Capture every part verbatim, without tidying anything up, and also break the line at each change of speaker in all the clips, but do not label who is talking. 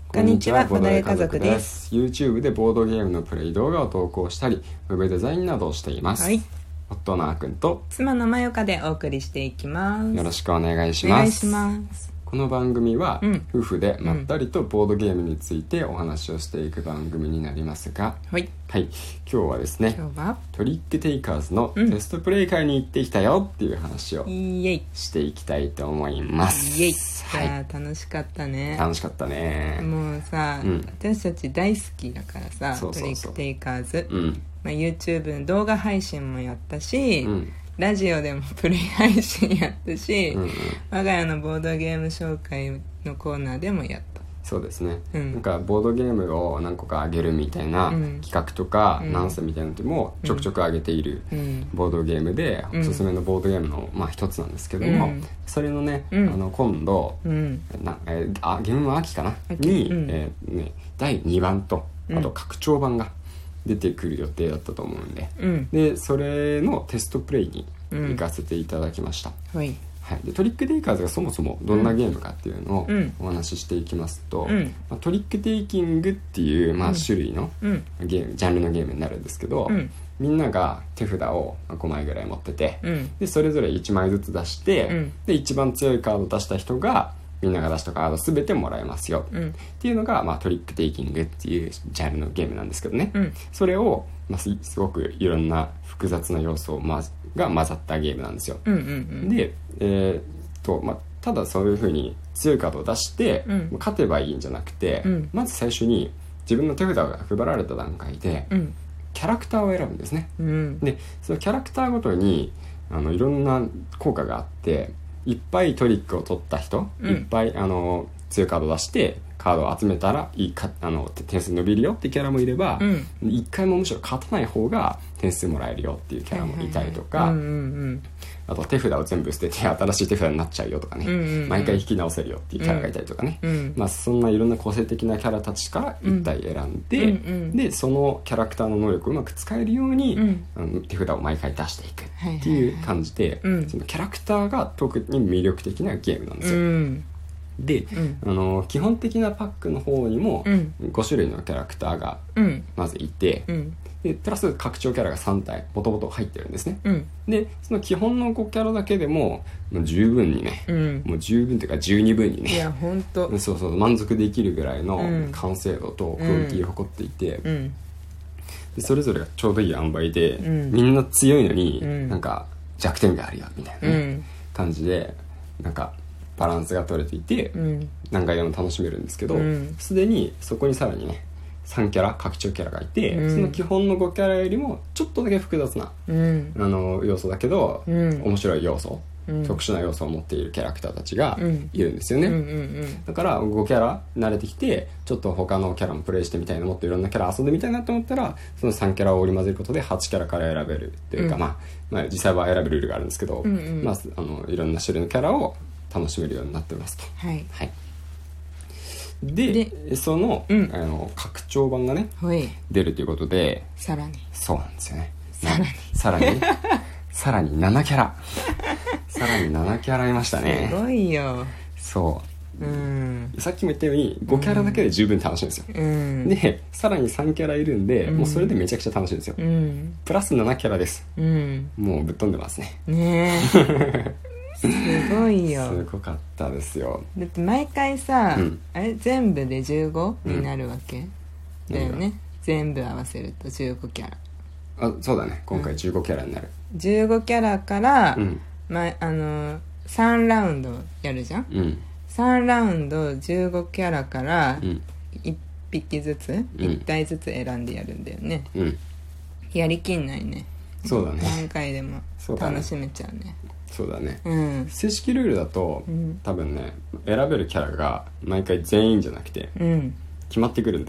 こんにちは、ボードゲー家族です。
YouTube でボードゲームのプレイ動画を投稿したり、ウェブデザインなどをしています。
はい、
夫のあーくんと
妻のまよかでお送りしていきます。
よろしくお願いします。
お願いします。
この番組は、うん、夫婦でまったりとボードゲームについてお話をしていく番組になりますが、
はい、
はい、今日はですね、
今日は
トリックテイカーズのテストプレイ会に行ってきたよっていう話をしていきたいと思います。
イエイ、はい、楽しかったね。
楽しかったね。
もうさ、うん、私たち大好きだからさ、
そうそうそう、
トリックテイカーズ、
うん、
まあ、YouTube の動画配信もやったし、うん、ラジオでもプレイ配信やったし、うんうん、我が家のボードゲーム紹介のコーナーでもやった。
そうですね、
うん、
なんかボードゲームを何個かあげるみたいな企画とか、うん、ナンスみたいなのでもちょくちょくあげているボードゲームで、うん、おすすめのボードゲームの、まあ、一つなんですけども、うん、それのね、うん、あの今度、うん、なえー、あゲームは秋かなに、うんえーね、だいにばんとあと拡張版が出てくる予定だったと思うんで、うん、でそれのテストプレイに行かせていただきました。
うん、はい
はい、でトリックテイカーズがそもそもどんなゲームかっていうのをお話ししていきますと、うんまあ、トリックテイキングっていう、まあ、種類のゲーム、ジャンルのゲームになるんですけど、うん、みんなが手札をごまいぐらい持ってて、うん、でそれぞれいちまいずつ出して、うん、で一番強いカードを出した人がみんなが出したカード全てもらえますよ、うん、っていうのが、まあ、トリックテイキングっていうジャンルのゲームなんですけどね、うん、それを、まあ、すごくいろんな複雑な要素を、ま、が混ざったゲームなんですよ、うんうんうん、で、えーとまあ、ただそういう風に強いカードを出して、うん、勝てばいいんじゃなくて、うん、まず最初に自分の手札が配られた段階で、うん、キャラクターを選ぶんですね、うん、でそのキャラクターごとにあのいろんな効果があっていっぱいトリックを取った人、うん、いっぱいあの強いカードを出してカードを集めたらいいかあの点数伸びるよっていうキャラもいれば、うん、いっかいもむしろ勝たない方が点数もらえるよっていうキャラもいたりとか、あと手札を全部捨てて新しい手札になっちゃうよとかね、うんうんうん、毎回引き直せるよっていうキャラがいたりとかね、うん、まあ、そんないろんな個性的なキャラたちからいったい選んで、うんうんうん、でそのキャラクターの能力をうまく使えるように、うん、あの手札を毎回出していくっていう感じで、はいはいはい、そのキャラクターが特に魅力的なゲームなんですよ、うん、で、うん、あの基本的なパックの方にもごしゅるいのキャラクターがまずいて、うん、でプラス拡張キャラがさんたいもともと入ってるんですね、うん、でその基本のごキャラだけでももう十分にね、うん、もう十分というか十二分にね、
いや本当
そうそう満足できるぐらいの完成度とクオリティを誇っていて、うん、でそれぞれがちょうどいい塩梅で、うん、みんな強いのに、うん、なんか弱点があるよみたいな、ねうん、感じでなんかバランスが取れていて、うん、何回でも楽しめるんですけど、すで、うん、にそこにさらにねさんキャラ拡張キャラがいて、うん、その基本のごキャラよりもちょっとだけ複雑な、うん、あの要素だけど、うん、面白い要素、うん、特殊な要素を持っているキャラクターたちがいるんですよね、うんうんうんうん、だからごキャラ慣れてきてちょっと他のキャラもプレイしてみたいな、もっといろんなキャラ遊んでみたいなと思ったらそのさんキャラを織り交ぜることではちキャラから選べるというか、うん、まあ、まあ実際は選ぶルールがあるんですけど、うんうん、まあ、あのいろんな種類のキャラを楽しめるようになってますと、
はい
はい、で, でその、うん、あの拡張版がね出るということで
さらに
そうなんですよね
さらに
さらにさらにななキャラさらにななキャラいましたね。
すごいよ。
そう、
うん、
さっきも言ったようにごキャラだけで十分楽しいんですよ、うん、でさらにさんキャラいるんで、うん、もうそれでめちゃくちゃ楽しいんですよ、うん、プラスななキャラです、うん、もうぶっ飛んでますね
ねすごいよ。
すごかったですよ。
だって毎回さ、うん、あれ全部でじゅうごになるわけ、うん、だよね、全部合わせるとじゅうごキャラ。
あ、そうだね、今回じゅうごキャラになる、
うん、じゅうごキャラから、うんまあのさんラウンドやるじゃん、うん、さんラウンドじゅうごキャラからいっぴきずつ、うん、いち体ずつ選んでやるんだよね、うん、やりきんないね。
そうだね、
何回でも楽しめちゃうね。
そうだね、
うん、
正式ルールだと、うん、多分ね選べるキャラが毎回全員じゃなくて、うん、決まってくるんだよね。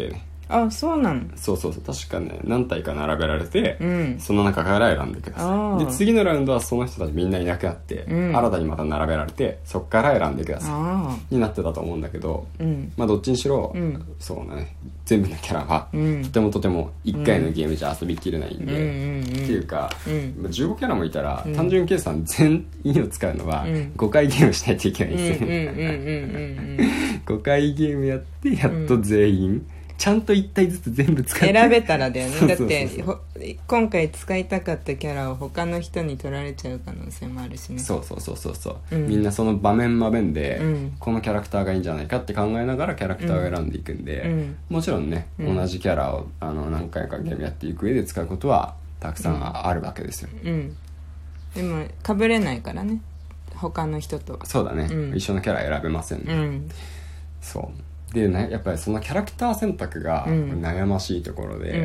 あ、そうなの。
そうそうそう、確かね何体か並べられて、
うん、
その中から選んでください。で次のラウンドはその人たちみんないなくなって、うん、新たにまた並べられてそっから選んでくださいになってたと思うんだけど、うん、まあどっちにしろ、うん、そうね、全部のキャラは、うん、とてもとてもいっかいのゲームじゃ遊びきれないんで、うん、っていうか、うん、じゅうごキャラもいたら、うん、単純計算全員を使うのはごかいゲームしないといけないんですよね。ごかいゲームやってやっと全員、うん、ちゃんといったいずつ全部使って
選べたらだよね。だって今回使いたかったキャラを他の人に取られちゃう可能性もあるしね。
そうそうそうそうそう、うん、みんなその場面場面で、うん、このキャラクターがいいんじゃないかって考えながらキャラクターを選んでいくんで、うん、もちろんね、うん、同じキャラをあの何回かゲームやっていく上で使うことはたくさんあるわけですよ、
うんうん、でも被れないからね、他の人と。
そうだね、うん、一緒のキャラ選べませんね、うん、そうでね、やっぱりそのキャラクター選択が悩ましいところで、うんうん、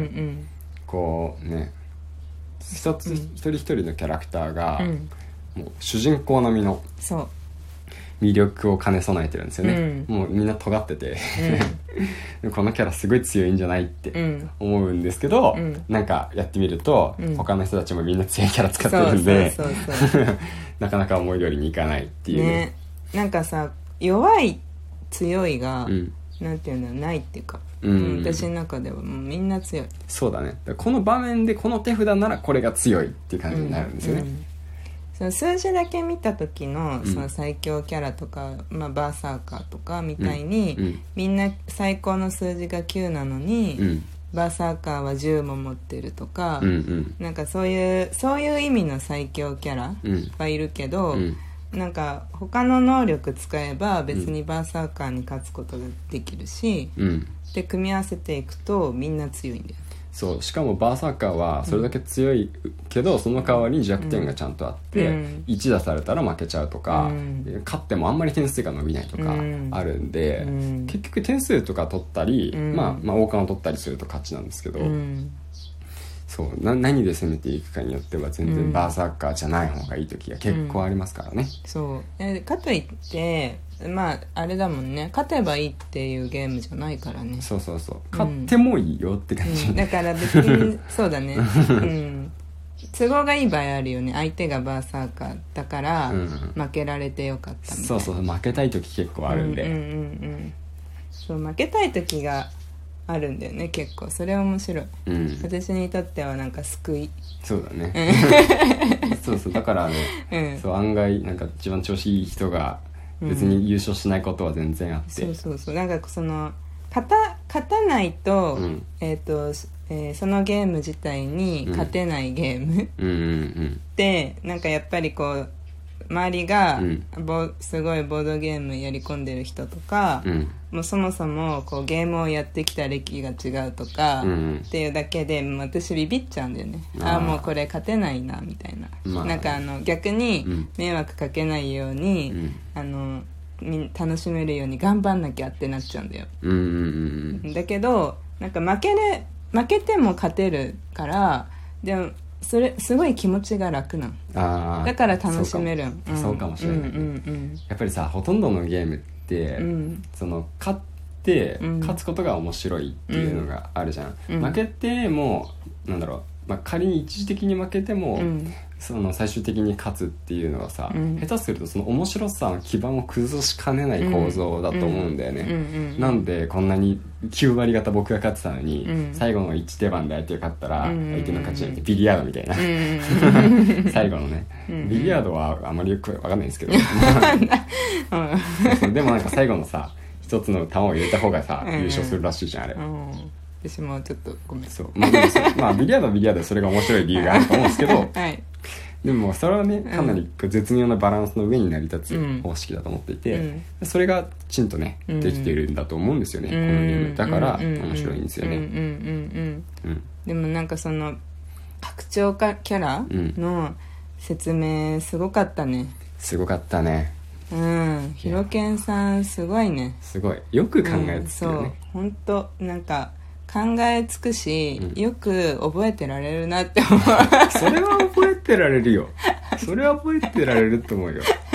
こうね、一つ、うん、一人一人のキャラクターが、うん、もう主人公並みの魅力を兼ね備えてるんですよね、うん、もうみんな尖ってて、うん、このキャラすごい強いんじゃないって思うんですけど、うん、なんかやってみると、うん、他の人たちもみんな強いキャラ使ってるんでなかなか思い通りにいかないっていう、ね、
なんかさ、弱い強いが、うん、なんていうのないっていうか、うん、私の中ではもうみんな強い。
そうだね、この場面でこの手札ならこれが強いっていう感じになるんですよね、うんうん、
その数字だけ見た時 の, その最強キャラとか、まあ、バーサーカーとかみたいに、うんうん、みんな最高の数字がきゅうなのに、うん、バーサーカーはじゅうも持ってるとか、うんうん、なんかそういうそういう意味の最強キャラはいるけど、うんうん、なんか他の能力使えば別にバーサーカーに勝つことができるし、うん、で組み合わせていくとみんな強いんだよ。
そう、しかもバーサーカーはそれだけ強いけど、うん、その代わりに弱点がちゃんとあって、うん、いち出されたら負けちゃうとか、うん、勝ってもあんまり点数が伸びないとかあるんで、うん、結局点数とか取ったり、うん、まあ、まあ王冠を取ったりすると勝ちなんですけど、うんそうな何で攻めていくかによっては全然バーサーカーじゃない方がいい時が結構ありますからね、うん、
そうえかといってまああれだもんね、勝てばいいっていうゲームじゃないからね。
そうそうそう、勝ってもいいよって感じ、
うん、だから別にそうだね、うん、都合がいい場合あるよね。相手がバーサーカーだから負けられてよかったみたいな、
そうそう負けたい時結構あるんで、うんうんうんうん、そう負けたい時があるんだよね結構。それは面白い、うん、私にとってはなんか救い。 そうだねそうそうだからね、うん、そう案外なんか一番調子いい人が別に優勝しないことは全然あって、
うん、そうそうそう、なんかその勝た、勝たないと、うん、えーとえー、そのゲーム自体に勝てないゲーム、うんうんうんうん、でなんかやっぱりこう周りが、うん、ぼすごいボードゲームやり込んでる人とか、うん、もうそもそもこうゲームをやってきた歴が違うとか、うん、っていうだけで私ビビっちゃうんだよね。ああもうこれ勝てないなみたいな、まあ、なんかあの逆に迷惑かけないように、うん、あの楽しめるように頑張んなきゃってなっちゃうんだよ、うんうんうん、だけどなんか負けれ負けても勝てるからでもそれすごい気持ちが楽なの。あだから楽しめる。
そうかも、うん、そうかもしれない、うんうんうん、やっぱりさほとんどのゲームって、うん、その勝って勝つことが面白いっていうのがあるじゃん、うん、負けてもなんだろう、まあ、仮に一時的に負けても、うん、その最終的に勝つっていうのはさ、うん、下手するとその面白さの基盤を崩しかねない構造だと思うんだよね、うんうんうんうん、なんでこんなにきゅう割方僕が勝ってたのに、うん、最後のいち手番で相手が勝ったら相手の勝ちじゃなくてビリヤードみたいな、うん、最後のね、うん、ビリヤードはあまりよく分かんないんですけどでもなんか最後のさ一つの玉を入れた方がさ、うん、優勝するらしいじゃんあれ、うん、
私もちょっとごめん。
そう、まあ、でもまあビリヤードはビリヤードでそれが面白い理由があると思うんですけど、はい、でもそれはねかなり絶妙なバランスの上に成り立つ方式だと思っていて、うん、それがきちんとねできているんだと思うんですよね、うん、このゲームだから面白いんですよね。
でもなんかその拡張化キャラの説明すごかったね。
すごかったね。
うん、ヒロケンさんすごいね。
すごいよく考えつくよね、うん、そう
本当なんか考えつくし、うん、よく覚えてられるなって思う
それは覚えてられるよそれは覚えてられると思うよ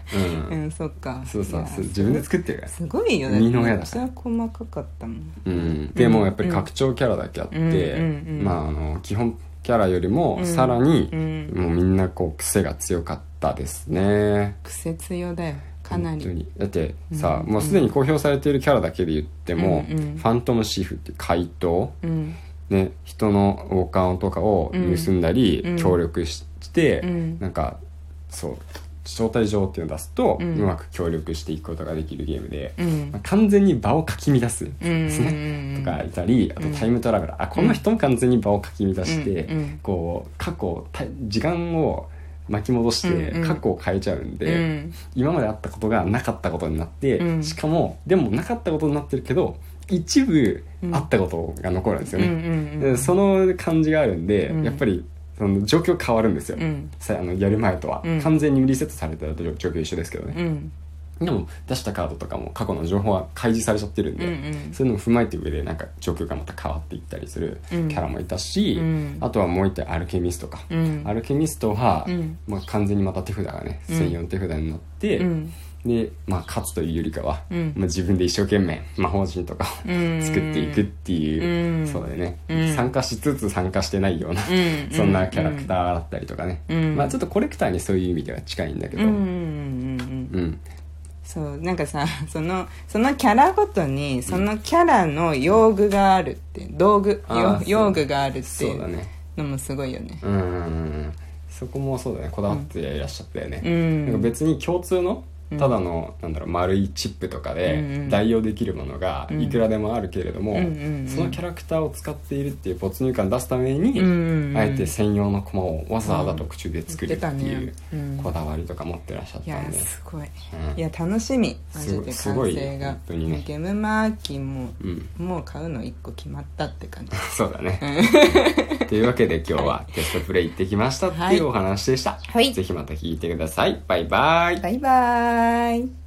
うん、うん、そっか。
そうそうそう、自分で作ってるから
すごいよね。
生みの親だから。
めっちゃ細かかったもん。
うん、でもやっぱり拡張キャラだけあって、うんうんうん、まああの基本キャラよりもさらに、うんうん、もうみんなこう癖が強かったですね。
癖強だよ。かなり。
本当にだってさ、うん、もうすでに公表されているキャラだけで言っても、うんうん、ファントムシーフっていう怪盗、うんね、人の王冠とかを盗んだり、うん、協力して、うん、なんかそう招待状っていうのを出すと、うん、うまく協力していくことができるゲームで、うんまあ、完全に場をかき乱すですね、うん、とかいたり、あとタイムトラベラー、うん、あこの人も完全に場をかき乱して、うん、こう過去時間を巻き戻して過去を変えちゃうんで、うん、今まであったことがなかったことになって、うん、しかもでもなかったことになってるけど一部あったことが残るんですよね、うん、でその感じがあるんで、うん、やっぱりその状況変わるんですよ、うん、さあのやる前とは、うん、完全にリセットされてた状況一緒ですけどね、うんでも出したカードとかも過去の情報は開示されちゃってるんで、うんうん、そういうのを踏まえて上でなんか状況がまた変わっていったりするキャラもいたし、うん、あとはもう一体アルケミストか、うん、アルケミストは、うんまあ、完全にまた手札がね、うん、専用手札になって、うん、で、まあ、勝つというよりかは、うんまあ、自分で一生懸命魔法陣とかを作っていくっていう、うん、そうだよね、うん、参加しつつ参加してないような、うん、そんなキャラクターだったりとかね、うんまあ、ちょっとコレクターにそういう意味では近いんだけど、うん、うん
そうなんかさそのそのキャラごとにそのキャラの用具があるって、うん、道具用具があるっていうのもすごいよね。
うんうんそこもそうだねこだわっていらっしゃったよね、うん、なんか別に共通のただの、うん、なんだろう丸いチップとかで代用できるものがいくらでもあるけれども、うん、そのキャラクターを使っているっていう没入感出すために、うん、あえて専用のコマをわざわざ特注で作るっていうこだわりとか持ってらっしゃったんで、いや
すごい、うん、いや楽しみマジで完成が、ね、ゲームマーキーも、うん、もう買うのいっこ決まったって感じ
そうだねというわけで今日はテストプレイ行ってきましたっていうお話でした、はい、ぜひまた聞いてください。バイバイ
バイバイ。